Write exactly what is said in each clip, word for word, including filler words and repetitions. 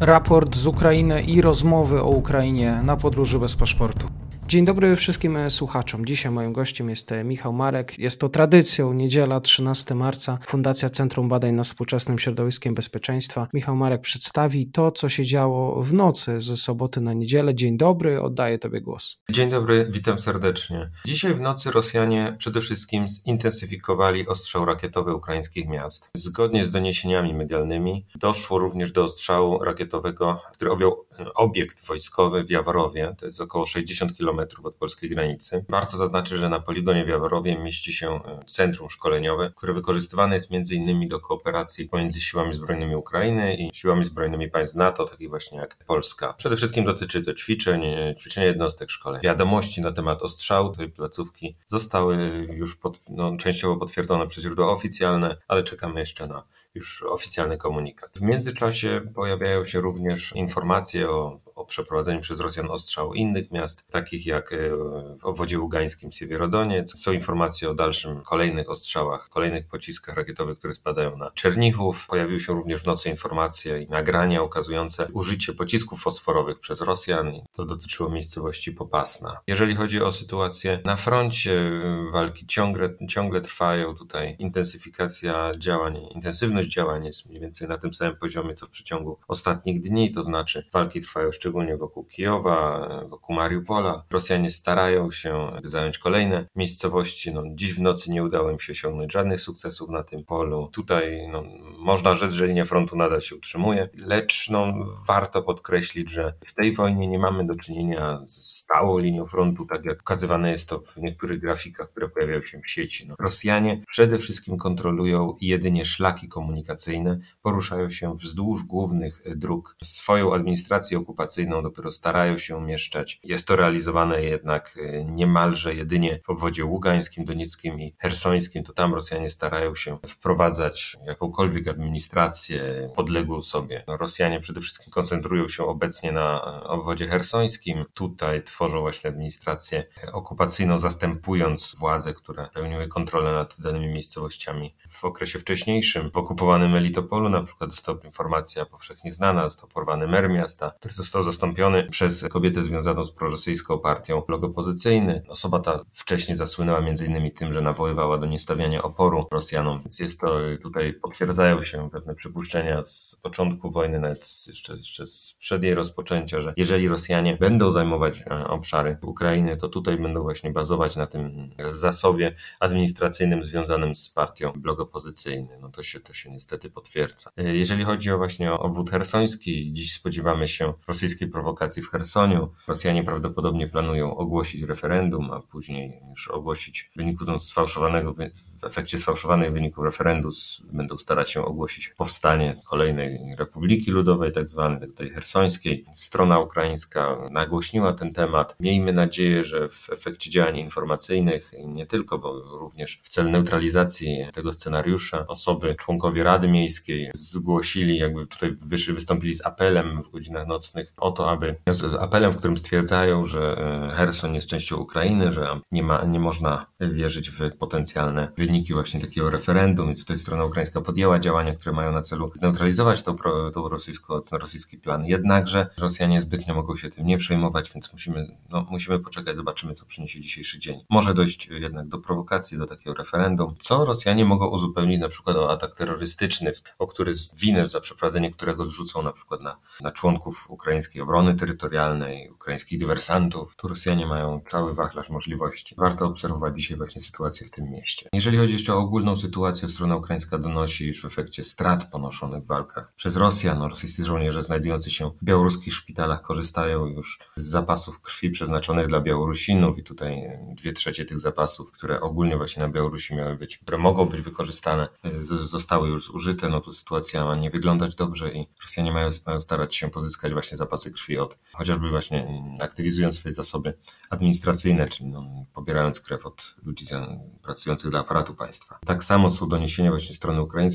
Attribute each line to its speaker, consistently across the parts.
Speaker 1: raport z Ukrainy i rozmowy o Ukrainie na podróży bez paszportu. Dzień dobry wszystkim słuchaczom. Dzisiaj moim gościem jest Michał Marek. Jest to tradycją, niedziela trzynastego marca, Fundacja Centrum Badań nad Współczesnym Środowiskiem Bezpieczeństwa. Michał Marek przedstawi to, co się działo w nocy z soboty na niedzielę. Dzień dobry, oddaję Tobie głos.
Speaker 2: Dzień dobry, witam serdecznie. Dzisiaj w nocy Rosjanie przede wszystkim zintensyfikowali ostrzał rakietowy ukraińskich miast. Zgodnie z doniesieniami medialnymi doszło również do ostrzału rakietowego, który objął obiekt wojskowy w Jaworowie, to jest około sześćdziesiąt kilometrów od polskiej granicy. Warto zaznaczyć, że na poligonie w Jaworowie mieści się centrum szkoleniowe, które wykorzystywane jest między innymi do kooperacji pomiędzy siłami zbrojnymi Ukrainy i siłami zbrojnymi państw NATO, takich właśnie jak Polska. Przede wszystkim dotyczy to ćwiczeń, ćwiczenia jednostek szkoleń. Wiadomości na temat ostrzału tej placówki zostały już pod, no, częściowo potwierdzone przez źródła oficjalne, ale czekamy jeszcze na już oficjalny komunikat. W międzyczasie pojawiają się również informacje o, o przeprowadzeniu przez Rosjan ostrzału innych miast, takich jak w obwodzie ługańskim Siewierodoniec. Są informacje o dalszym, kolejnych ostrzałach, kolejnych pociskach rakietowych, które spadają na Czernichów. Pojawiły się również w nocy informacje i nagrania ukazujące użycie pocisków fosforowych przez Rosjan. To dotyczyło miejscowości Popasna. Jeżeli chodzi o sytuację na froncie, walki ciągle, ciągle trwają. Tutaj intensyfikacja działań, intensywność działań jest mniej więcej na tym samym poziomie, co w przeciągu ostatnich dni, to znaczy walki trwają szczególnie wokół Kijowa, wokół Mariupola. Rosjanie starają się zająć kolejne miejscowości. No, dziś w nocy nie udało im się osiągnąć żadnych sukcesów na tym polu. Tutaj no, można rzec, że linia frontu nadal się utrzymuje, lecz no, warto podkreślić, że w tej wojnie nie mamy do czynienia z stałą linią frontu, tak jak pokazywane jest to w niektórych grafikach, które pojawiają się w sieci. No, Rosjanie przede wszystkim kontrolują jedynie szlaki komunikacyjne, poruszają się wzdłuż głównych dróg. Swoją administrację okupacyjną dopiero starają się umieszczać. Jest to realizowane jednak niemalże jedynie w obwodzie ługańskim, donieckim i hersońskim. To tam Rosjanie starają się wprowadzać jakąkolwiek administrację podległą sobie. No, Rosjanie przede wszystkim koncentrują się obecnie na obwodzie hersońskim. Tutaj tworzą właśnie administrację okupacyjną, zastępując władze, które pełniły kontrolę nad danymi miejscowościami w okresie wcześniejszym. W okupowanym Melitopolu na przykład została informacja powszechnie znana, został porwany mer miasta, który został zastąpiony przez kobietę związaną z prorosyjską partią blok opozycyjny. Osoba ta wcześniej zasłynęła między innymi tym, że nawoływała do niestawiania oporu Rosjanom, więc jest to, tutaj potwierdzają się pewne przypuszczenia z początku wojny, nawet jeszcze, jeszcze sprzed jej rozpoczęcia, że jeżeli Rosjanie będą zajmować obszary Ukrainy, to tutaj będą właśnie bazować na tym zasobie administracyjnym związanym z partią blok opozycyjny. No to się, to się niestety potwierdza. Jeżeli chodzi o właśnie o obwód hersoński, dziś spodziewamy się rosyjskiej prowokacji w Chersoniu. Rosjanie prawdopodobnie planują ogłosić referendum, a później już ogłosić w wyniku no, sfałszowanego, w efekcie sfałszowanych wyników referendum będą starać się ogłosić powstanie kolejnej Republiki Ludowej, tak zwanej, tej hersońskiej. Strona ukraińska nagłośniła ten temat. Miejmy nadzieję, że w efekcie działań informacyjnych, nie tylko, bo również w celu neutralizacji tego scenariusza, osoby, członkowie Rady Miejskiej zgłosili, jakby tutaj wyszli, wystąpili z apelem w godzinach nocnych o to, aby, z apelem, w którym stwierdzają, że Cherson jest częścią Ukrainy, że nie ma, nie można wierzyć w potencjalne wyniki właśnie takiego referendum, więc tutaj strona ukraińska podjęła działania, które mają na celu zneutralizować tą, tą rosyjską, ten rosyjski plan. Jednakże Rosjanie zbytnio mogą się tym nie przejmować, więc musimy, no, musimy poczekać, zobaczymy, co przyniesie dzisiejszy dzień. Może dojść jednak do prowokacji, do takiego referendum, co Rosjanie mogą uzupełnić na przykład o atak terrorystyczny, o który winę za przeprowadzenie którego zrzucą na przykład na, na członków ukraińskiej obrony terytorialnej, ukraińskich dywersantów. Tu Rosjanie mają cały wachlarz możliwości. Warto obserwować dzisiaj właśnie sytuację w tym mieście. Jeżeli chodzi jeszcze o ogólną sytuację, strona ukraińska donosi, iż w efekcie strat ponoszonych w walkach przez Rosjan, no, rosyjscy żołnierze znajdujący się w białoruskich szpitalach korzystają już z zapasów krwi przeznaczonych dla Białorusinów i tutaj dwie trzecie tych zapasów, które ogólnie właśnie na Białorusi miały być, które mogą być wykorzystane, zostały już zużyte. No to sytuacja ma nie wyglądać dobrze i Rosjanie mają, mają starać się pozyskać właśnie zapasy krwi od, chociażby właśnie aktywizując swoje zasoby administracyjne, czyli no, pobierając krew od ludzi pracujących dla aparatu państwa. Tak samo są doniesienia właśnie strony ukraińskiej wskazujące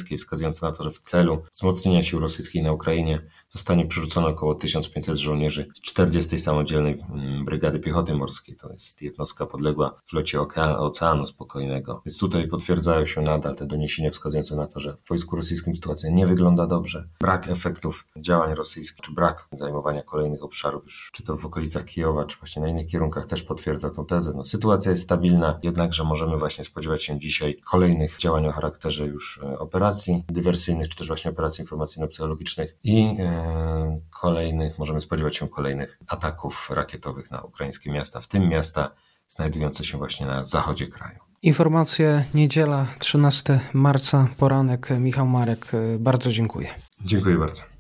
Speaker 2: wskazujące na to, że w celu wzmocnienia sił rosyjskich na Ukrainie zostanie przerzucone około tysiąc pięćset żołnierzy z czterdziestej Samodzielnej Brygady Piechoty Morskiej. To jest jednostka podległa flocie Oceanu Spokojnego. Więc tutaj potwierdzają się nadal te doniesienia wskazujące na to, że w wojsku rosyjskim sytuacja nie wygląda dobrze. Brak efektów działań rosyjskich, czy brak zajmowania kolejnych obszarów, już czy to w okolicach Kijowa, czy właśnie na innych kierunkach też potwierdza tą tezę. No, sytuacja jest stabilna, jednakże możemy właśnie spodziewać się dzisiaj kolejnych działań o charakterze już operacji dywersyjnych, czy też właśnie operacji informacyjno-psychologicznych i yy, kolejnych, możemy spodziewać się kolejnych ataków rakietowych na ukraińskie miasta, w tym miasta znajdujące się właśnie na zachodzie kraju.
Speaker 1: Informacje niedziela, trzynastego marca, poranek. Michał Marek, bardzo dziękuję.
Speaker 2: Dziękuję bardzo.